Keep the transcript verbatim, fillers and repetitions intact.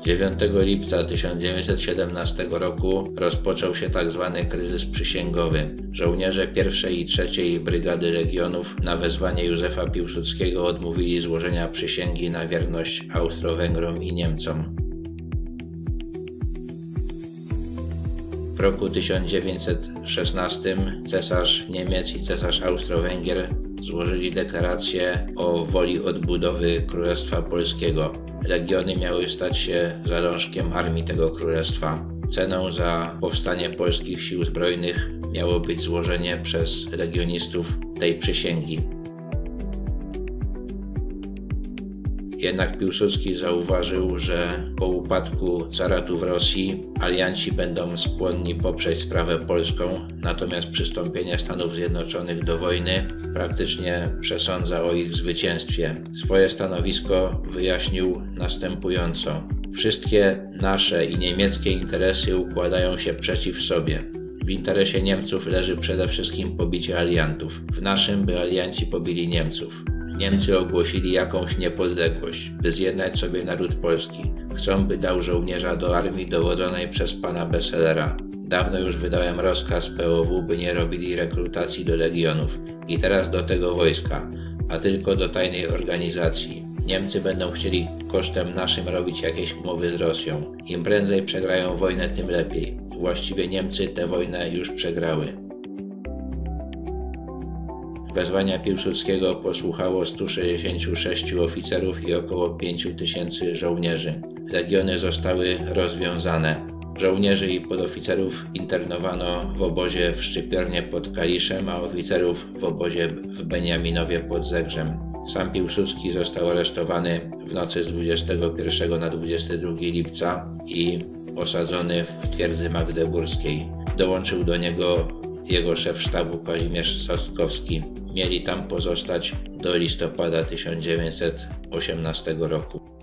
dziewiątego lipca tysiąc dziewięćset siedemnastego roku rozpoczął się tzw. kryzys przysięgowy. Żołnierze pierwszej i trzeciej Brygady Legionów na wezwanie Józefa Piłsudskiego odmówili złożenia przysięgi na wierność Austro-Węgrom i Niemcom. W roku tysiąc dziewięćset szesnastym cesarz Niemiec i cesarz Austro-Węgier złożyli deklarację o woli odbudowy Królestwa Polskiego. Legiony miały stać się zalążkiem armii tego królestwa. Ceną za powstanie polskich sił zbrojnych miało być złożenie przez legionistów tej przysięgi. Jednak Piłsudski zauważył, że po upadku caratu w Rosji alianci będą skłonni poprzeć sprawę polską, natomiast przystąpienie Stanów Zjednoczonych do wojny praktycznie przesądza o ich zwycięstwie. Swoje stanowisko wyjaśnił następująco. Wszystkie nasze i niemieckie interesy układają się przeciw sobie. W interesie Niemców leży przede wszystkim pobicie aliantów. W naszym, by alianci pobili Niemców. Niemcy ogłosili jakąś niepodległość, by zjednać sobie naród polski. Chcą, by dał żołnierza do armii dowodzonej przez pana Besselera. Dawno już wydałem rozkaz P O W, by nie robili rekrutacji do legionów. I teraz do tego wojska, a tylko do tajnej organizacji. Niemcy będą chcieli kosztem naszym robić jakieś umowy z Rosją. Im prędzej przegrają wojnę, tym lepiej. Właściwie Niemcy tę wojnę już przegrały. Wezwania Piłsudskiego posłuchało stu sześćdziesięciu sześciu oficerów i około pięciu tysięcy żołnierzy. Legiony zostały rozwiązane. Żołnierzy i podoficerów internowano w obozie w Szczypiornie pod Kaliszem, a oficerów w obozie w Beniaminowie pod Zegrzem. Sam Piłsudski został aresztowany w nocy z dwudziestego pierwszego na dwudziestego drugiego lipca i osadzony w twierdzy magdeburskiej. Dołączył do niego jego szef sztabu Kazimierz Sostkowski. Mieli tam pozostać do listopada tysiąc dziewięćset osiemnastego roku.